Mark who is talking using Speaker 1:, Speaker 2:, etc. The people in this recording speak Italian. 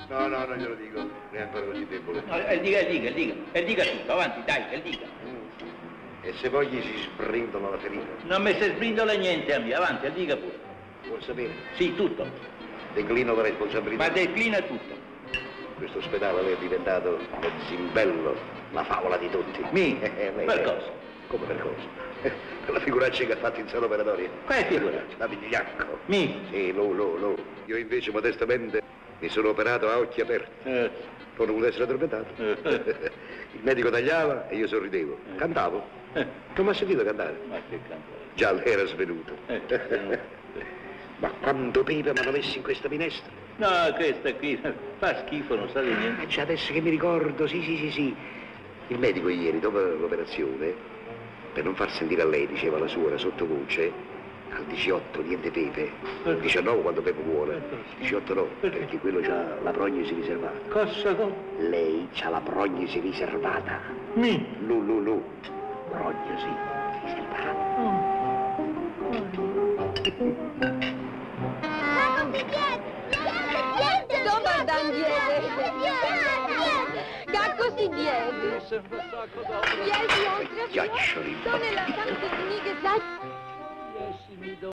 Speaker 1: No, no, non glielo dico, non è ancora così debole.
Speaker 2: No, dica tutto, avanti, dai, dica.
Speaker 1: E se poi gli si sbrindola la ferita?
Speaker 2: Non mi si sbrindola niente a me, avanti, dica pure.
Speaker 1: Vuol sapere?
Speaker 2: Sì, tutto.
Speaker 1: Declino la responsabilità.
Speaker 2: Ma declina tutto.
Speaker 1: Questo ospedale è diventato lo zimbello, la favola di tutti.
Speaker 2: Per cosa?
Speaker 1: Come per cosa? Per la figuraccia che ha fatto in sala operatoria.
Speaker 2: Quale figuraccia?
Speaker 1: La Vigliacco.
Speaker 2: Sì,
Speaker 1: lo. Io invece modestamente mi sono operato a occhi aperti. Non ho voluto essere addormentato. Il medico tagliava e io sorridevo. Cantavo. Non mi ha sentito cantare.
Speaker 2: Ma che cantare?
Speaker 1: Già lei era svenuto. Ma quando pepe mi hanno messo in questa minestra?
Speaker 2: No, questa qui fa schifo, non sa di niente.
Speaker 1: Già adesso che mi ricordo, sì. Il medico ieri, dopo l'operazione, per non far sentire a lei, diceva la suora sottovoce, al 18 niente pepe, 19 quando Pepe vuole, 18 no, perché quello c'ha la prognosi riservata.
Speaker 2: Cosa?
Speaker 1: Lei c'ha la prognosi riservata. Lu. Prognosi riservata.
Speaker 3: Dove andando Cacco si diede. Iesi oltre a
Speaker 1: Ghiaccioli.
Speaker 3: sono nella tante che sai.